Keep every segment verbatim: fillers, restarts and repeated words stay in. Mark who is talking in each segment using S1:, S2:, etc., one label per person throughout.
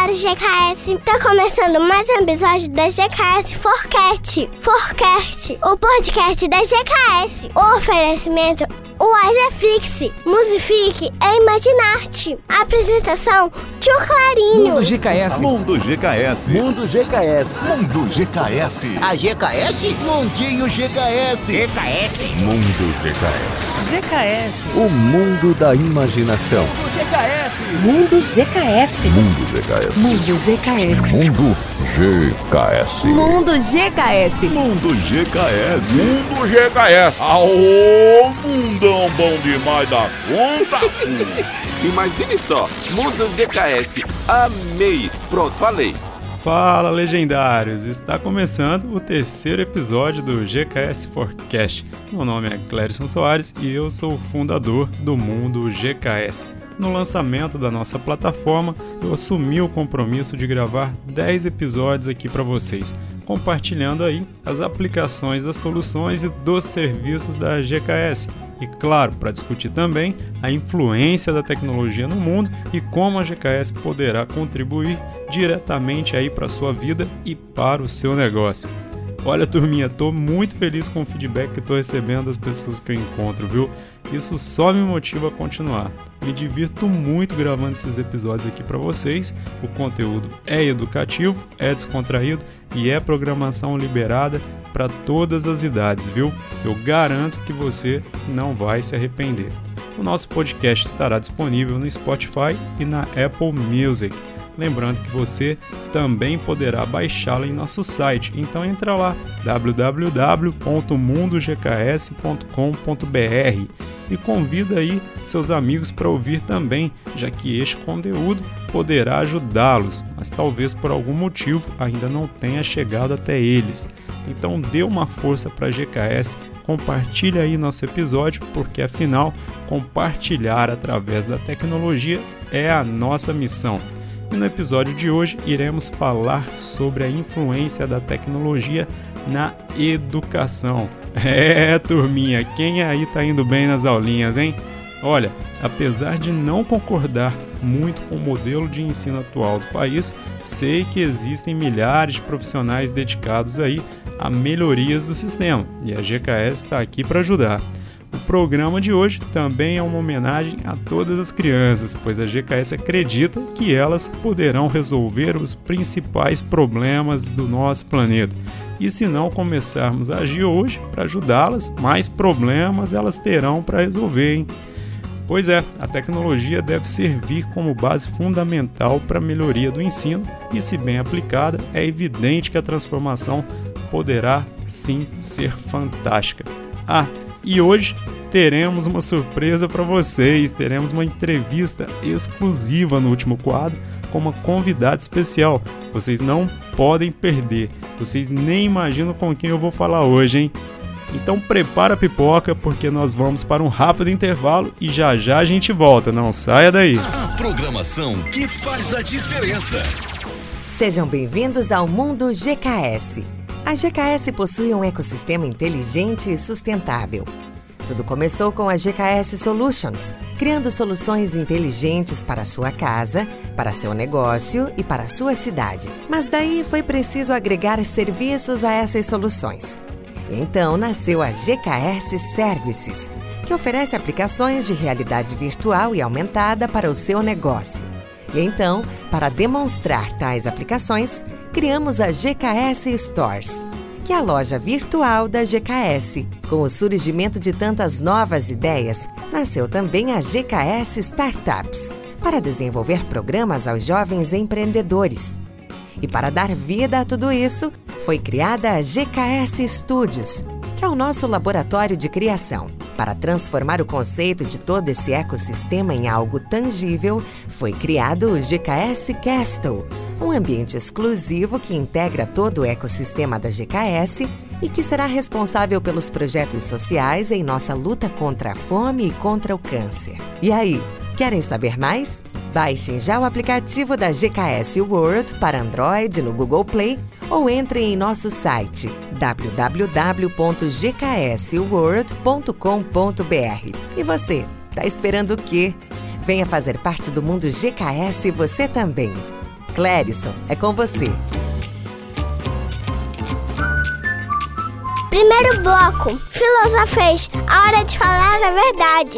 S1: galera, G K S, tá começando mais um episódio da G K S Forecast. Forecast, o podcast da G K S. O oferecimento, o Wisefix, Musifique é Imaginarte. Apresentação, Tio Clarinho.
S2: Mundo G K S.
S3: Mundo G K S.
S4: Mundo G K S.
S3: Mundo G K S.
S4: A G K S?
S3: Mundinho G K S.
S4: G K S.
S3: Mundo G K S.
S2: G K S.
S5: O mundo da imaginação.
S4: Mundo G K S.
S2: Mundo G K S.
S3: Mundo G K S.
S2: Mundo G K S.
S3: Mundo G K S.
S2: Mundo G K S.
S3: Mundo G K S.
S6: Mundo G K S. Aô, mundão bom demais da conta.
S7: Imagine só, Mundo G K S. Amei. Pronto, falei.
S8: Fala, legendários! Está começando o terceiro episódio do G K S Forecast. Meu nome é Clérison Soares e eu sou o fundador do Mundo G K S. No lançamento da nossa plataforma, eu assumi o compromisso de gravar dez episódios aqui para vocês, compartilhando aí as aplicações das soluções e dos serviços da G K S. E claro, para discutir também a influência da tecnologia no mundo e como a G K S poderá contribuir diretamente aí para a sua vida e para o seu negócio. Olha, turminha, tô muito feliz com o feedback que tô recebendo das pessoas que eu encontro, viu? Isso só me motiva a continuar. Me divirto muito gravando esses episódios aqui para vocês. O conteúdo é educativo, é descontraído e é programação liberada para todas as idades, viu? Eu garanto que você não vai se arrepender. O nosso podcast estará disponível no Spotify e na Apple Music. Lembrando que você também poderá baixá-la em nosso site, então entra lá, w w w ponto mundo g k s ponto com ponto b r, e convida aí seus amigos para ouvir também, já que este conteúdo poderá ajudá-los, mas talvez por algum motivo ainda não tenha chegado até eles. Então dê uma força para a G K S, compartilhe aí nosso episódio, porque afinal, compartilhar através da tecnologia é a nossa missão. E no episódio de hoje iremos falar sobre a influência da tecnologia na educação. É, turminha, quem aí tá indo bem nas aulinhas, hein? Olha, apesar de não concordar muito com o modelo de ensino atual do país, sei que existem milhares de profissionais dedicados aí a melhorias do sistema e a G K S está aqui para ajudar. O programa de hoje também é uma homenagem a todas as crianças, pois a G K S acredita que elas poderão resolver os principais problemas do nosso planeta. E se não começarmos a agir hoje para ajudá-las, mais problemas elas terão para resolver, hein? Pois é, a tecnologia deve servir como base fundamental para a melhoria do ensino e, se bem aplicada, é evidente que a transformação poderá sim ser fantástica. Ah, e hoje teremos uma surpresa para vocês, teremos uma entrevista exclusiva no último quadro com uma convidada especial. Vocês não podem perder, vocês nem imaginam com quem eu vou falar hoje, hein? Então prepara a pipoca porque nós vamos para um rápido intervalo e já já a gente volta, não saia daí.
S3: A programação que faz a diferença.
S2: Sejam bem-vindos ao Mundo G K S. A G K S possui um ecossistema inteligente e sustentável. Tudo começou com a G K S Solutions, criando soluções inteligentes para a sua casa, para seu negócio e para a sua cidade. Mas daí foi preciso agregar serviços a essas soluções. Então nasceu a G K S Services, que oferece aplicações de realidade virtual e aumentada para o seu negócio. E então, para demonstrar tais aplicações, criamos a G K S Stores, que é a loja virtual da G K S. Com o surgimento de tantas novas ideias, nasceu também a G K S Startups, para desenvolver programas aos jovens empreendedores. E para dar vida a tudo isso, foi criada a G K S Studios, que é o nosso laboratório de criação. Para transformar o conceito de todo esse ecossistema em algo tangível, foi criado o G K S Castle, um ambiente exclusivo que integra todo o ecossistema da G K S e que será responsável pelos projetos sociais em nossa luta contra a fome e contra o câncer. E aí, querem saber mais? Baixem já o aplicativo da G K S World para Android no Google Play ou entrem em nosso site w w w ponto g k s world ponto com ponto b r. E você, tá esperando o quê? Venha fazer parte do Mundo G K S você também. Clérison, é com você.
S1: Primeiro bloco, Filosofês, a hora de falar a verdade.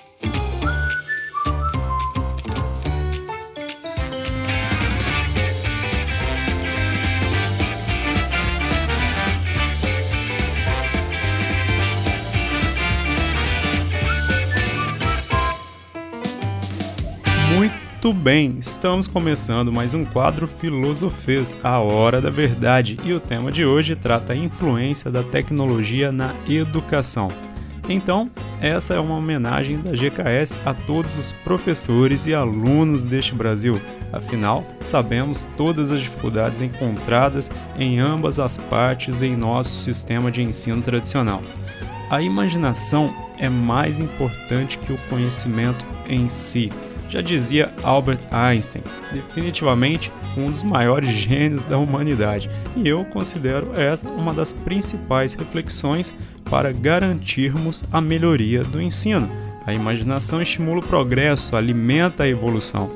S8: Muito bem, estamos começando mais um quadro Filosofês, a hora da verdade, e o tema de hoje trata a influência da tecnologia na educação. Então, essa é uma homenagem da G K S a todos os professores e alunos deste Brasil. Afinal, sabemos todas as dificuldades encontradas em ambas as partes em nosso sistema de ensino tradicional. A imaginação é mais importante que o conhecimento em si. Já dizia Albert Einstein, definitivamente um dos maiores gênios da humanidade, e eu considero essa uma das principais reflexões para garantirmos a melhoria do ensino. A imaginação estimula o progresso, alimenta a evolução.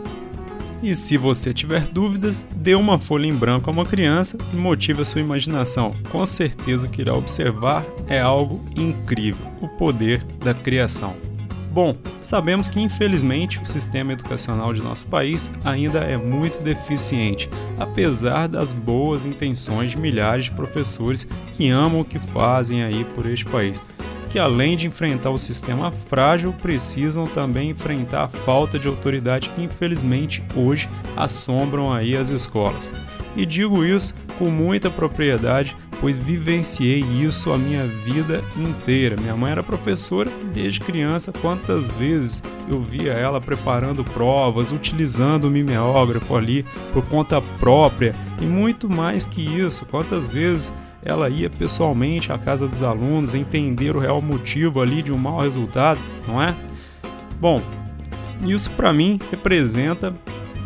S8: E se você tiver dúvidas, dê uma folha em branco a uma criança e motive a sua imaginação. Com certeza o que irá observar é algo incrível, o poder da criação. Bom, sabemos que infelizmente o sistema educacional de nosso país ainda é muito deficiente, apesar das boas intenções de milhares de professores que amam o que fazem aí por este país, que além de enfrentar o sistema frágil, precisam também enfrentar a falta de autoridade que infelizmente hoje assombram aí as escolas. E digo isso com muita propriedade, pois vivenciei isso a minha vida inteira. Minha mãe era professora desde criança. Quantas vezes eu via ela preparando provas, utilizando o mimeógrafo ali por conta própria, e muito mais que isso, quantas vezes ela ia pessoalmente à casa dos alunos entender o real motivo ali de um mau resultado, não é? Bom, isso para mim representa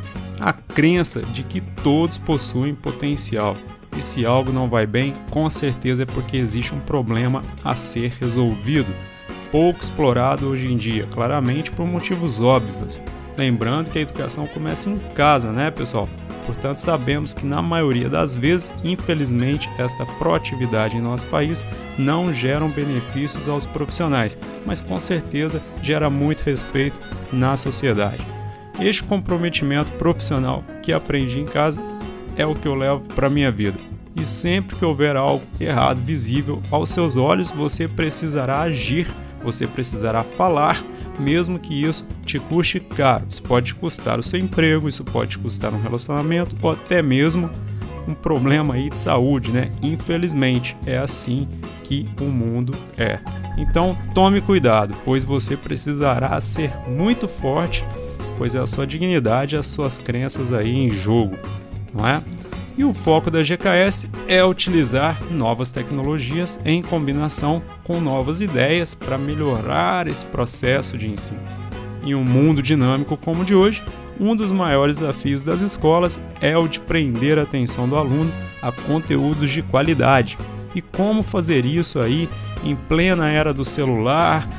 S8: a crença de que todos possuem potencial. E se algo não vai bem, com certeza é porque existe um problema a ser resolvido, pouco explorado hoje em dia, claramente por motivos óbvios. Lembrando que a educação começa em casa, né, pessoal? Portanto, sabemos que na maioria das vezes, infelizmente, esta proatividade em nosso país não gera benefícios aos profissionais, mas com certeza gera muito respeito na sociedade. Este comprometimento profissional que aprendi em casa é o que eu levo para a minha vida. E sempre que houver algo errado visível aos seus olhos, você precisará agir, você precisará falar, mesmo que isso te custe caro. Isso pode custar o seu emprego, isso pode custar um relacionamento ou até mesmo um problema aí de saúde, né? Infelizmente, é assim que o mundo é. Então, tome cuidado, pois você precisará ser muito forte, pois é a sua dignidade e as suas crenças aí em jogo, não é? E o foco da G K S é utilizar novas tecnologias em combinação com novas ideias para melhorar esse processo de ensino. Em um mundo dinâmico como o de hoje, um dos maiores desafios das escolas é o de prender a atenção do aluno a conteúdos de qualidade. E como fazer isso aí em plena era do celular,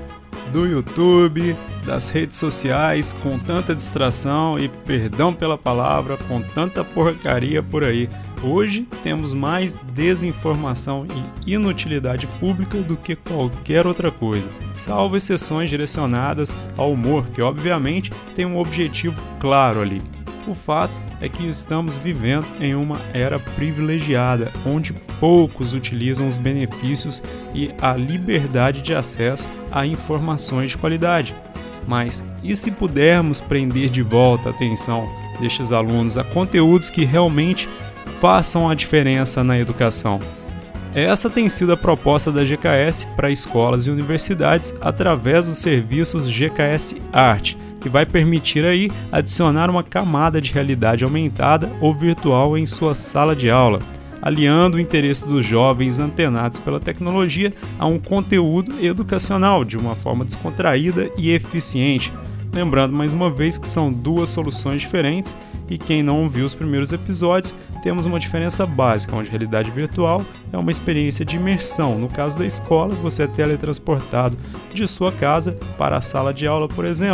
S8: do YouTube, das redes sociais, com tanta distração e, perdão pela palavra, com tanta porcaria por aí. Hoje temos mais desinformação e inutilidade pública do que qualquer outra coisa, salvo exceções direcionadas ao humor, que obviamente tem um objetivo claro ali. O fato é que estamos vivendo em uma era privilegiada, onde poucos utilizam os benefícios e a liberdade de acesso a informações de qualidade. Mas e se pudermos prender de volta a atenção destes alunos a conteúdos que realmente façam a diferença na educação? Essa tem sido a proposta da G K S para escolas e universidades através dos serviços G K S Art, que vai permitir aí adicionar uma camada de realidade aumentada ou virtual em sua sala de aula, aliando o interesse dos jovens antenados pela tecnologia a um conteúdo educacional de uma forma descontraída e eficiente. Lembrando mais uma vez que são duas soluções diferentes e quem não viu os primeiros episódios, temos uma diferença básica, onde a realidade virtual é uma experiência de imersão. No caso da escola, você é teletransportado de sua casa para a sala de aula, por exemplo.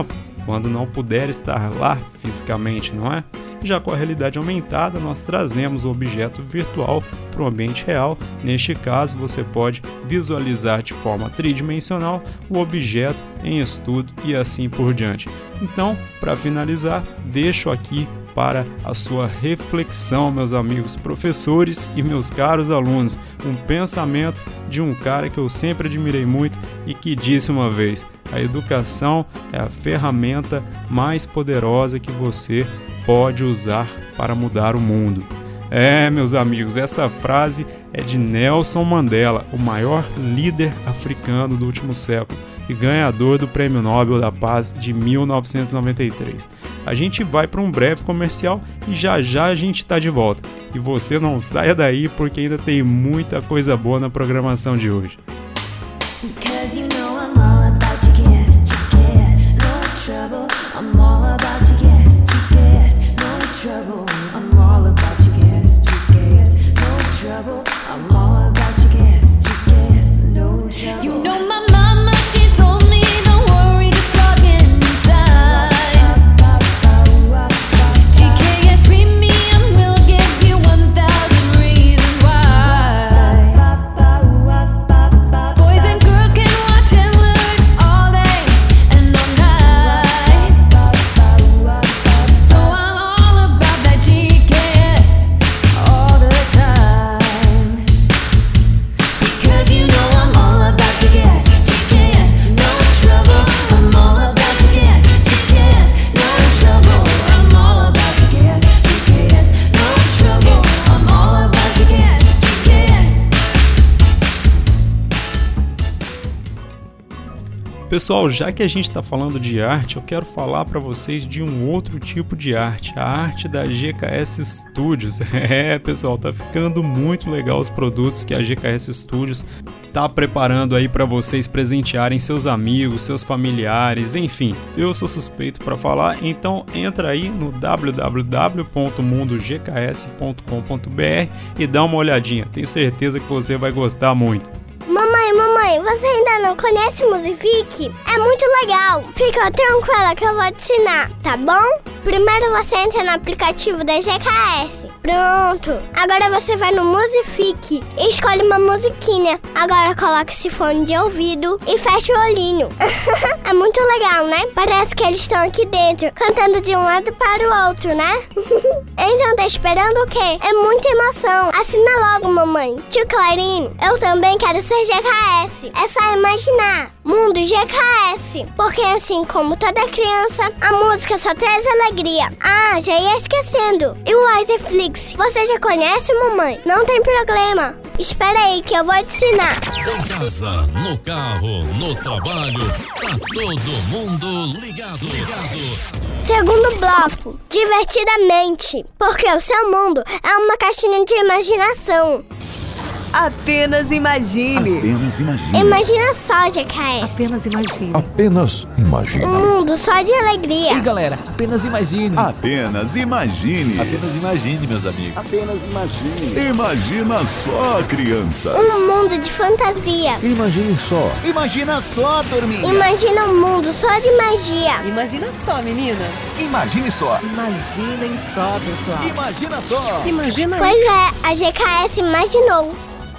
S8: quando não puder estar lá fisicamente, não é? Já com a realidade aumentada, nós trazemos o objeto virtual para o ambiente real. Neste caso, você pode visualizar de forma tridimensional o objeto em estudo e assim por diante. Então, para finalizar, deixo aqui para a sua reflexão, meus amigos professores e meus caros alunos, um pensamento de um cara que eu sempre admirei muito e que disse uma vez: a educação é a ferramenta mais poderosa que você pode usar para mudar o mundo. É, meus amigos, essa frase é de Nelson Mandela, o maior líder africano do último século e ganhador do Prêmio Nobel da Paz de mil novecentos e noventa e três. A gente vai para um breve comercial e já já a gente está de volta. E você não saia daí porque ainda tem muita coisa boa na programação de hoje.
S9: You know my mama, she told me don't worry, just plug inside. G K S Premium will give you one thousand reasons why. Boys and girls can watch and learn all day and all night. So I'm all about that G K S all the time. Because you know I'm all about G K S, G K S, no trouble. I'm all about G K S, G K S, no trouble. I'm all about G K S, G K S, no trouble. I'm all about G K S, G K S.
S8: Pessoal, já que a gente está falando de arte, eu quero falar para vocês de um outro tipo de arte, a arte da G K S Studios. É, pessoal, tá ficando muito legal os produtos que a G K S Studios tá preparando aí para vocês presentearem seus amigos, seus familiares, enfim. Eu sou suspeito para falar, então entra aí no w w w ponto mundo g k s ponto com ponto b r e dá uma olhadinha. Tenho certeza que você vai gostar muito.
S1: Mamãe, mamãe, você ainda não conhece o Musifique? É muito legal. Fica tranquila que eu vou te ensinar, tá bom? Primeiro você entra no aplicativo da G K S. Pronto. Agora você vai no Musifique e escolhe uma musiquinha. Agora coloca esse fone de ouvido e fecha o olhinho. É muito legal, né? Parece que eles estão aqui dentro, cantando de um lado para o outro, né? Então tá esperando o quê? É muita emoção. Assina logo, mamãe. Tio Clarinho, eu também quero ser G K S. É só imaginar. Mundo G K S. Porque assim como toda criança, a música só traz alegria. Ah, já ia esquecendo. E o Wiseflix, você já conhece, mamãe? Não tem problema. Espera aí que eu vou te ensinar.
S3: Em casa, no carro, no trabalho, tá todo mundo ligado. ligado.
S1: Segundo bloco, divertidamente. Porque o seu mundo é uma caixinha de imaginação.
S2: Apenas imagine.
S3: Apenas imagine.
S1: Imagina só, G K S.
S2: Apenas imagine.
S3: Apenas imagine.
S1: Um mundo só de alegria.
S4: E galera, apenas imagine.
S3: Apenas imagine.
S5: Apenas imagine, meus amigos.
S4: Apenas imagine.
S3: Imagina só, crianças.
S1: Um mundo de fantasia.
S5: Imaginem só.
S4: Imagina só, turminha.
S1: Imagina um mundo só de magia.
S2: Imagina só, meninas.
S4: Imagine só.
S2: Imaginem só, pessoal.
S4: Imagina só.
S2: Imagina aí.
S1: Pois é, a G K S imaginou.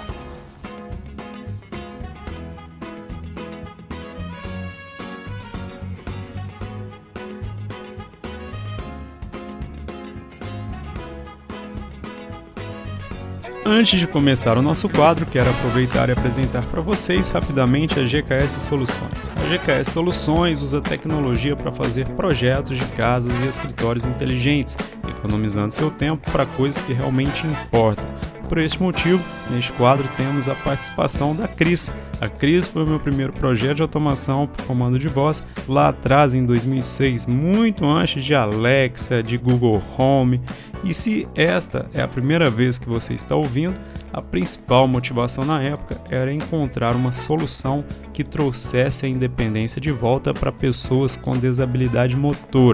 S8: Antes de começar o nosso quadro, quero aproveitar e apresentar para vocês rapidamente a G K S Soluções. A G K S Soluções usa tecnologia para fazer projetos de casas e escritórios inteligentes, economizando seu tempo para coisas que realmente importam. Por este motivo, neste quadro temos a participação da Cris. A Cris foi o meu primeiro projeto de automação por comando de voz lá atrás em dois mil e seis, muito antes de Alexa, de Google Home. E se esta é a primeira vez que você está ouvindo, a principal motivação na época era encontrar uma solução que trouxesse a independência de volta para pessoas com desabilidade motora.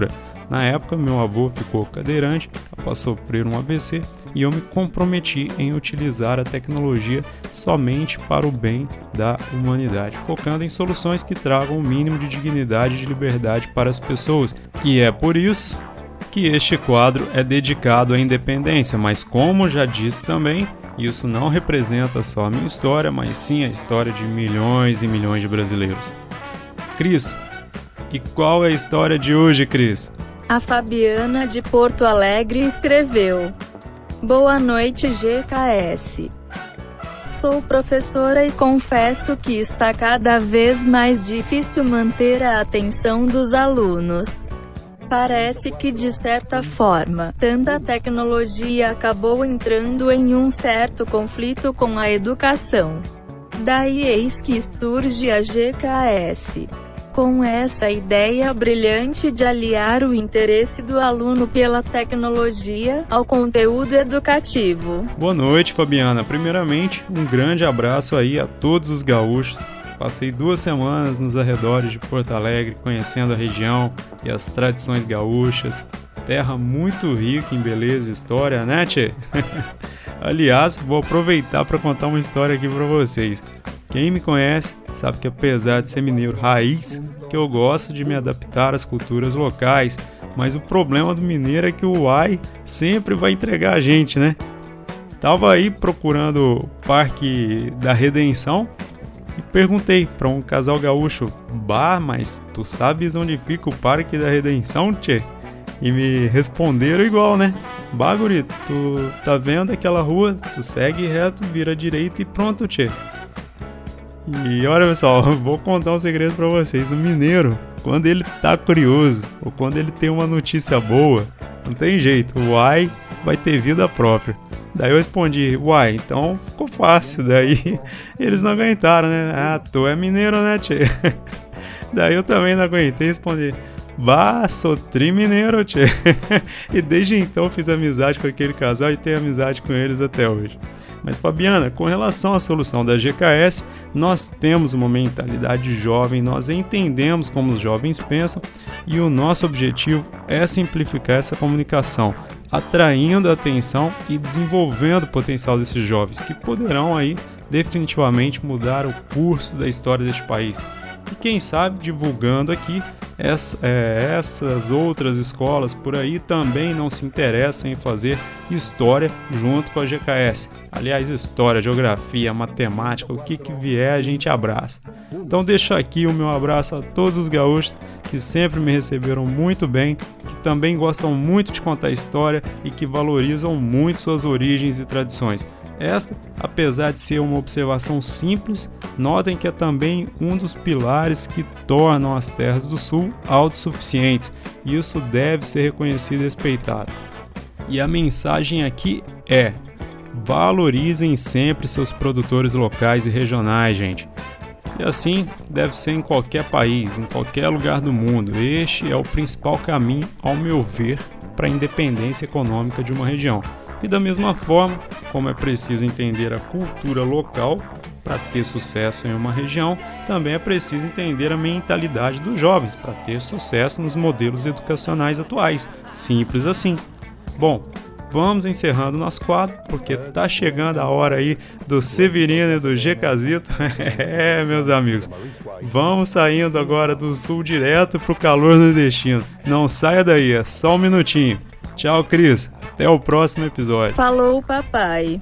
S8: Na época, meu avô ficou cadeirante após sofrer um A V C e eu me comprometi em utilizar a tecnologia somente para o bem da humanidade, focando em soluções que tragam o mínimo de dignidade e de liberdade para as pessoas. E é por isso que este quadro é dedicado à independência, mas como já disse também, isso não representa só a minha história, mas sim a história de milhões e milhões de brasileiros. Cris, e qual é a história de hoje, Cris?
S10: A Fabiana de Porto Alegre escreveu: Boa noite, G K S. Sou professora e confesso que está cada vez mais difícil manter a atenção dos alunos. Parece que, de certa forma, tanta tecnologia acabou entrando em um certo conflito com a educação. Daí eis que surge a G K S. Com essa ideia brilhante de aliar o interesse do aluno pela tecnologia ao conteúdo educativo.
S8: Boa noite, Fabiana. Primeiramente, um grande abraço aí a todos os gaúchos. Passei duas semanas nos arredores de Porto Alegre, conhecendo a região e as tradições gaúchas. Terra muito rica em beleza e história, né, tchê? Aliás, vou aproveitar para contar uma história aqui para vocês. Quem me conhece sabe que, apesar de ser mineiro raiz, que eu gosto de me adaptar às culturas locais, mas o problema do mineiro é que o uai sempre vai entregar a gente, né? Tava aí procurando o Parque da Redenção e perguntei para um casal gaúcho: Bah, mas tu sabes onde fica o Parque da Redenção, tchê? E me responderam igual, né? Bah, guri, tu tá vendo aquela rua? Tu segue reto, vira à direita e pronto, tchê. E olha, pessoal, vou contar um segredo pra vocês. O mineiro, quando ele tá curioso ou quando ele tem uma notícia boa, não tem jeito, o uai vai ter vida própria. Daí eu respondi: uai, então ficou fácil. Daí eles não aguentaram, né? Ah, tu é mineiro, né, tchê? Daí eu também não aguentei e respondi: bah, sou tri mineiro, tchê. E desde então fiz amizade com aquele casal e tenho amizade com eles até hoje. Mas, Fabiana, com relação à solução da G K S, nós temos uma mentalidade jovem, nós entendemos como os jovens pensam e o nosso objetivo é simplificar essa comunicação, atraindo a atenção e desenvolvendo o potencial desses jovens, que poderão aí definitivamente mudar o curso da história deste país. E quem sabe, divulgando aqui, essa, é, essas outras escolas por aí também não se interessam em fazer história junto com a G K S. Aliás, história, geografia, matemática, o que, que vier a gente abraça. Então deixo aqui o meu abraço a todos os gaúchos que sempre me receberam muito bem, que também gostam muito de contar história e que valorizam muito suas origens e tradições. Esta, apesar de ser uma observação simples, notem que é também um dos pilares que tornam as terras do sul autossuficientes, e isso deve ser reconhecido e respeitado. E a mensagem aqui é: valorizem sempre seus produtores locais e regionais, gente. E assim deve ser em qualquer país, em qualquer lugar do mundo. Este é o principal caminho, ao meu ver, para a independência econômica de uma região. E da mesma forma, como é preciso entender a cultura local para ter sucesso em uma região, também é preciso entender a mentalidade dos jovens para ter sucesso nos modelos educacionais atuais. Simples assim. Bom, vamos encerrando nosso quadro, porque tá chegando a hora aí do Severino e do Gcazito. É, meus amigos, vamos saindo agora do sul direto pro calor nordestino. Não saia daí, é só um minutinho. Tchau, Cris. Até o próximo episódio.
S10: Falou, papai.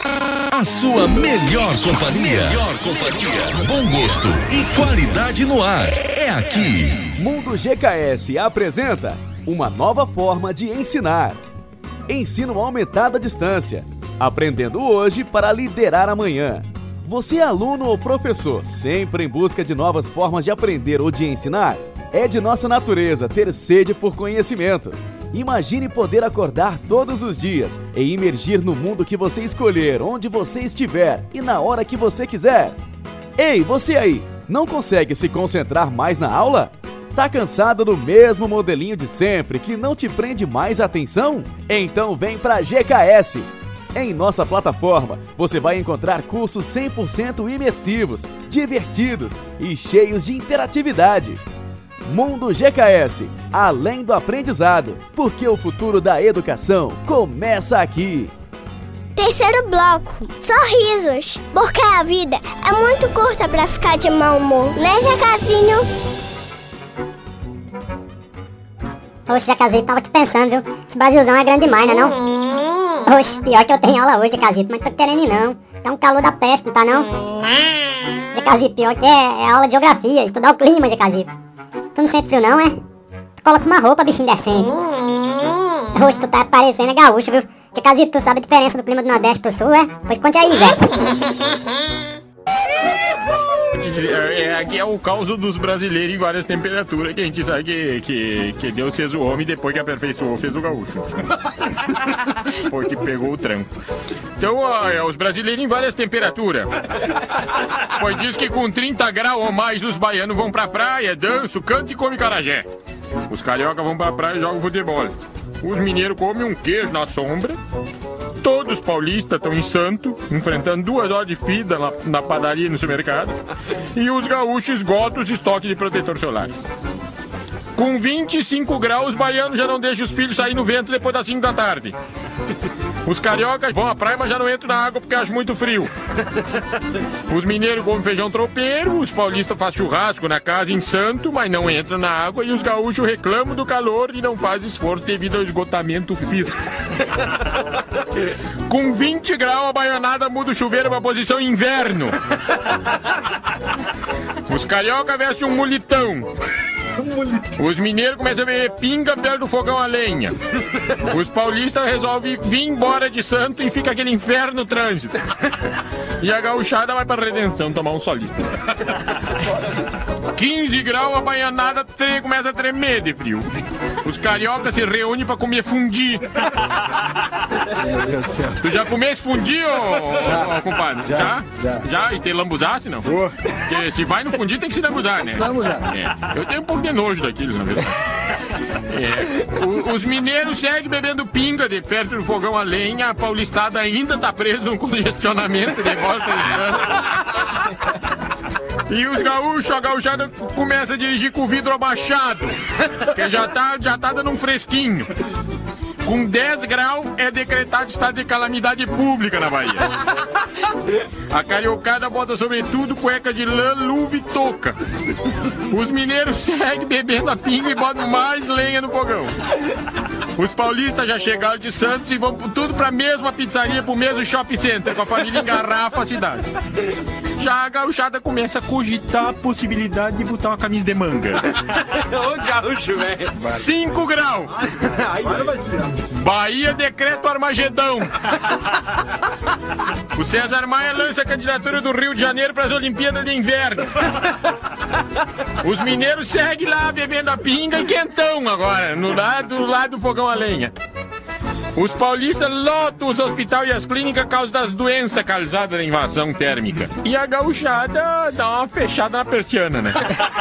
S3: A sua melhor companhia. Melhor companhia. Bom gosto e qualidade no ar. É aqui.
S4: Mundo G K S apresenta uma nova forma de ensinar. Ensino aumentado à distância. Aprendendo hoje para liderar amanhã. Você é aluno ou professor, sempre em busca de novas formas de aprender ou de ensinar? É de nossa natureza ter sede por conhecimento. Imagine poder acordar todos os dias e imergir no mundo que você escolher, onde você estiver e na hora que você quiser. Ei, você aí, não consegue se concentrar mais na aula? Tá cansado do mesmo modelinho de sempre que não te prende mais a atenção? Então vem pra G K S! Em nossa plataforma, você vai encontrar cursos cem por cento imersivos, divertidos e cheios de interatividade. Mundo G K S, além do aprendizado, porque o futuro da educação começa aqui.
S1: Terceiro bloco, sorrisos, porque a vida é muito curta pra ficar de mau humor, né, Jacazinho?
S11: Oxe, Jacazito, tava aqui pensando, viu? Esse Brasilzão é grande demais, né não? Oxe, pior que eu tenho aula hoje, Jacazito, mas não tô querendo ir não. Tá um calor da peste, não tá não? Jacazito, pior que é, é aula de geografia, estudar o clima, Jacazito. Tu não sente frio não, é? Tu coloca uma roupa, bichinho decente. Oxe, tu tá parecendo gaúcho, viu? Jacazito, tu sabe a diferença do clima do Nordeste pro Sul, é? Pois conte aí, velho.
S12: É, aqui é o caos dos brasileiros em várias temperaturas, que a gente sabe que, que, que Deus fez o homem depois que aperfeiçoou, fez o gaúcho. Porque pegou o tranco. Então, ó, é, os brasileiros em várias temperaturas. Pois diz que com trinta graus ou mais os baianos vão pra praia, dançam, cantam e comem carajé. Os cariocas vão pra praia e jogam futebol. Os mineiros comem um queijo na sombra. Todos os paulistas estão em Santo, enfrentando duas horas de fila na, na padaria e no supermercado. E os gaúchos esgotam os estoques de protetor solar. Com vinte e cinco graus, os baianos já não deixam os filhos sair no vento depois das cinco da tarde. Os cariocas vão à praia, mas já não entram na água porque acham muito frio. Os mineiros comem feijão tropeiro, os paulistas fazem churrasco na casa em Santo, mas não entram na água, e os gaúchos reclamam do calor e não fazem esforço devido ao esgotamento físico. Com vinte graus, a baianada muda o chuveiro para posição inverno. Os cariocas vestem um mulitão. Os mineiros começam a beber pinga perto do fogão a lenha. Os paulistas resolvem vir embora de Santo e fica aquele inferno no trânsito. E a gauchada vai pra Redenção tomar um solito. quinze graus, a baianada tre- começa a tremer de frio. Os cariocas se reúnem pra comer fundi. Tu já comeste fundi, ô, ô, ô compadre? Já? Já? Já. Já? E tem lambuzasse, não? Porque se vai no fundi tem que se lambuzar, né? É. Eu tenho um pouco de nojo daquilo, na verdade. É. O, os mineiros seguem bebendo pinga de perto do fogão a lenha. A paulistada ainda tá presa no congestionamento de volta de Santos. E os gaúchos, a gauchada começa a dirigir com o vidro abaixado, que já tá, já tá dando um fresquinho. Com dez graus é decretado estado de calamidade pública na Bahia. A cariocada bota sobretudo cueca de lã, luva e touca. Os mineiros seguem bebendo a pinga e botam mais lenha no fogão. Os paulistas já chegaram de Santos e vão tudo pra mesma pizzaria, pro mesmo shopping center, com a família engarrafa a cidade. Já a gauchada começa a cogitar a possibilidade de botar uma camisa de manga.
S7: Ô gaúcho, velho.
S12: cinco graus. Bahia decreta o Armagedão. O César Maia lança a candidatura do Rio de Janeiro para as Olimpíadas de Inverno. Os mineiros seguem lá bebendo a pinga e quentão agora, no lado, do lado do fogão a lenha. Os paulistas lotam os hospitais e as clínicas por causa das doenças causadas da invasão térmica. E a gauchada dá uma fechada na persiana, né?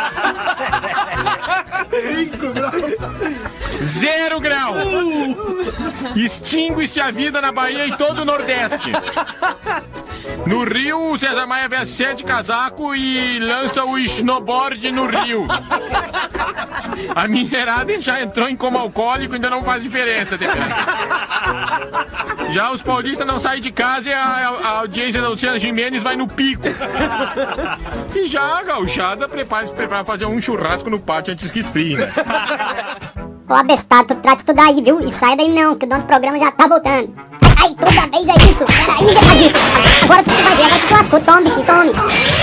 S12: cinco graus. Zero grau. Extingue-se a vida na Bahia e todo o Nordeste. No Rio, o César Maia veste sete casacos e lança o snowboard no Rio. A minerada já entrou em coma alcoólico e ainda não faz diferença. Já os paulistas não saem de casa e a, a audiência da Luciana Gimenez vai no pico. E já a gauchada prepara para fazer um churrasco no pátio antes que esfrie, né?
S11: Ô abestado, tu trata tudo aí, viu? E sai daí não, que o dono do programa já tá voltando. Ai, toda vez é isso. Peraí, Jacazito. Agora tu vai ver, agora tu se lascou. Tome, bichinho, tome.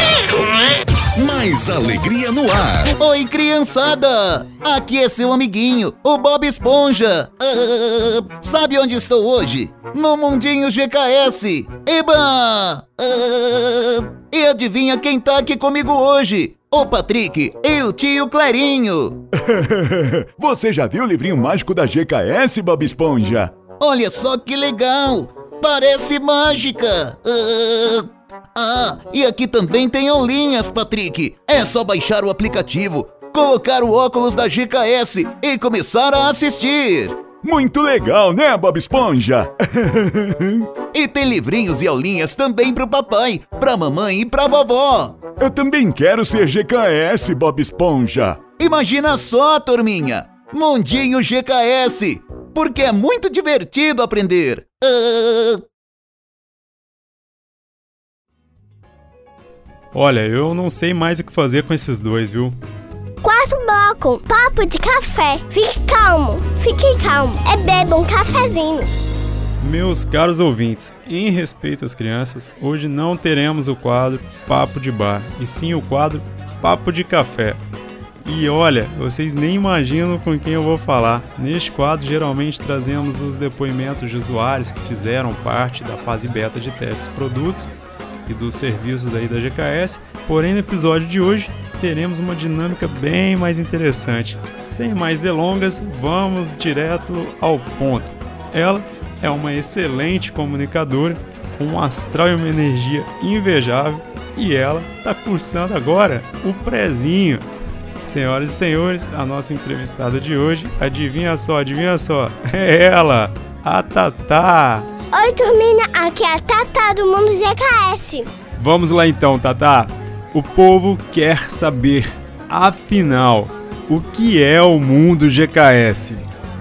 S3: Mais alegria no ar.
S13: Oi, criançada! Aqui é seu amiguinho, o Bob Esponja. Uh, sabe onde estou hoje? No Mundinho G K S. Eba! Uh, e adivinha quem tá aqui comigo hoje? O Patrick e o tio Clarinho.
S14: Você já viu o livrinho mágico da G K S, Bob Esponja?
S13: Olha só que legal! Parece mágica! Uh, ah, e aqui também tem aulinhas, Patrick. É só baixar o aplicativo, colocar o óculos da G K S e começar a assistir.
S14: Muito legal, né, Bob Esponja?
S13: E tem livrinhos e aulinhas também pro papai, pra mamãe e pra vovó.
S14: Eu também quero ser G K S, Bob Esponja.
S13: Imagina só, turminha. Mundinho G K S. Porque é muito divertido aprender. Uh...
S8: Olha, eu não sei mais o que fazer com esses dois, viu?
S1: Quarto bloco, papo de café. Fique calmo, fique calmo. É beba um cafezinho.
S8: Meus caros ouvintes, em respeito às crianças, hoje não teremos o quadro Papo de Bar, e sim o quadro Papo de Café. E olha, vocês nem imaginam com quem eu vou falar. Neste quadro, geralmente trazemos os depoimentos de usuários que fizeram parte da fase beta de testes de produtos e dos serviços aí da G K S, porém no episódio de hoje teremos uma dinâmica bem mais interessante. Sem mais delongas, vamos direto ao ponto. Ela é uma excelente comunicadora, com um astral e uma energia invejável, e ela está cursando agora o prezinho. Senhoras e senhores, a nossa entrevistada de hoje, adivinha só, adivinha só, é ela, a Tatá.
S1: Oi, turminha, aqui é a Tatá do Mundo G K S.
S8: Vamos lá então, Tatá. O povo quer saber, afinal, o que é o Mundo G K S?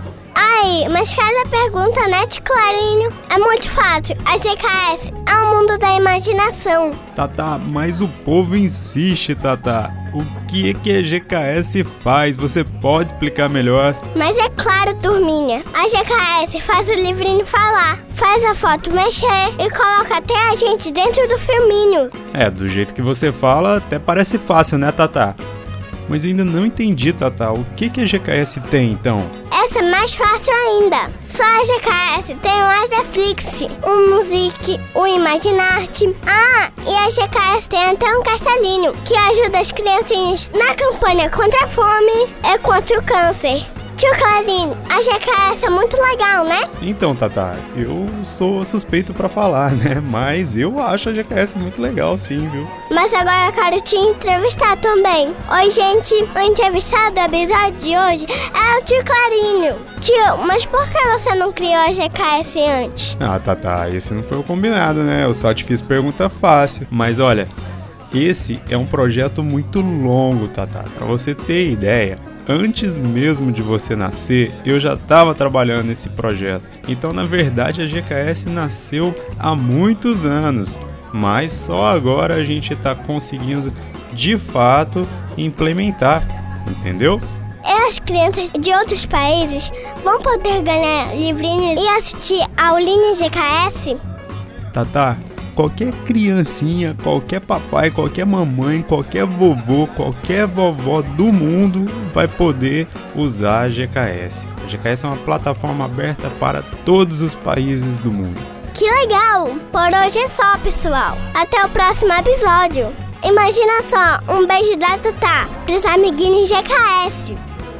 S1: Ai, mas cada pergunta, né, Tio Clarinho? É muito fácil. A G K S é o mundo da imaginação.
S8: Tatá, mas o povo insiste, Tatá. O que é que a G K S faz? Você pode explicar melhor?
S1: Mas é claro, turminha. A G K S faz o livrinho falar, faz a foto mexer e coloca até a gente dentro do filminho.
S8: É, do jeito que você fala, até parece fácil, né, Tatá? Mas eu ainda não entendi, Tatá. O que que a G K S tem, então?
S1: Essa é mais fácil ainda. Só a G K S tem o Isaflix, o Music, o Imaginarte. Ah, e a G K S tem até um castelinho que ajuda as criancinhas na campanha contra a fome e contra o câncer. Tio Clarinho, a G K S é muito legal, né?
S8: Então, Tatá, eu sou suspeito pra falar, né? Mas eu acho a G K S muito legal, sim, viu?
S1: Mas agora eu quero te entrevistar também. Oi, gente, o entrevistado do episódio de hoje é o Tio Clarinho. Tio, mas por que você não criou a G K S antes?
S8: Ah, Tatá, esse não foi o combinado, né? Eu só te fiz pergunta fácil. Mas olha, esse é um projeto muito longo, Tatá. Pra você ter ideia, antes mesmo de você nascer, eu já estava trabalhando nesse projeto. Então, na verdade, a G K S nasceu há muitos anos, mas só agora a gente está conseguindo, de fato, implementar, entendeu?
S1: E as crianças de outros países vão poder ganhar livrinhos e assistir a aulinha G K S?
S8: Tatá, qualquer criancinha, qualquer papai, qualquer mamãe, qualquer vovô, qualquer vovó do mundo vai poder usar a G K S. A G K S é uma plataforma aberta para todos os países do mundo.
S1: Que legal! Por hoje é só, pessoal. Até o próximo episódio. Imagina só, um beijo da Tatá pros amiguinhos G K S.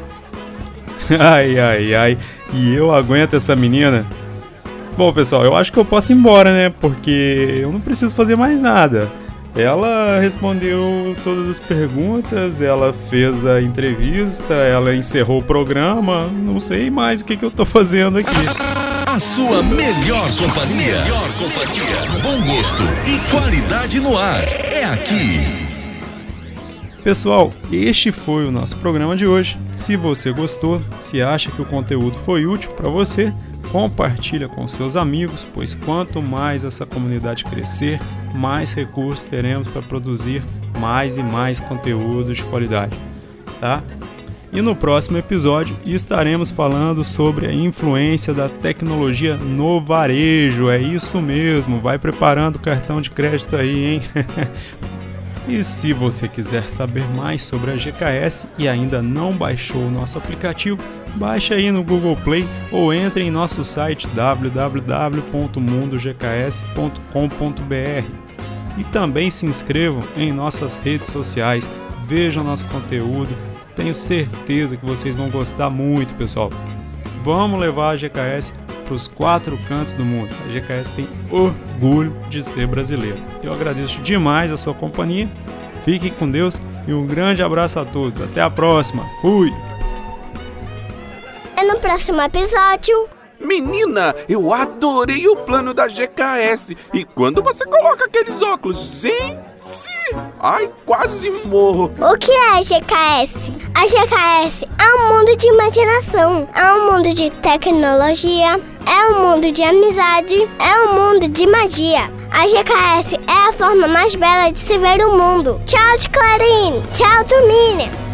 S8: Ai, ai, ai. E eu aguento essa menina? Bom, pessoal, eu acho que eu posso ir embora, né? Porque eu não preciso fazer mais nada. Ela respondeu todas as perguntas, ela fez a entrevista, ela encerrou o programa. Não sei mais o que, que eu tô fazendo aqui.
S3: A sua melhor companhia. Melhor companhia. Bom gosto e qualidade no ar. É aqui.
S8: Pessoal, este foi o nosso programa de hoje. Se você gostou, se acha que o conteúdo foi útil para você, compartilha com seus amigos, pois quanto mais essa comunidade crescer, mais recursos teremos para produzir mais e mais conteúdos de qualidade, tá? E no próximo episódio estaremos falando sobre a influência da tecnologia no varejo. É isso mesmo, vai preparando o cartão de crédito aí, hein? E se você quiser saber mais sobre a G K S e ainda não baixou o nosso aplicativo, baixe aí no Google Play ou entre em nosso site w w w ponto mundo g k s ponto com ponto b r. E também se inscrevam em nossas redes sociais, vejam nosso conteúdo, tenho certeza que vocês vão gostar muito, pessoal. Vamos levar a G K S para os quatro cantos do mundo. A G K S tem orgulho de ser brasileiro. Eu agradeço demais a sua companhia. Fiquem com Deus e um grande abraço a todos. Até a próxima. Fui!
S1: é no próximo episódio.
S7: Menina, eu adorei o plano da G K S. E quando você coloca aqueles óculos, hein? Sim. Ai, quase morro.
S1: O que é a G K S? A G K S é um mundo de imaginação, é um mundo de tecnologia, é um mundo de amizade, é um mundo de magia. A G K S é a forma mais bela de se ver o mundo. Tchau, Clarine. Tchau, Turminha.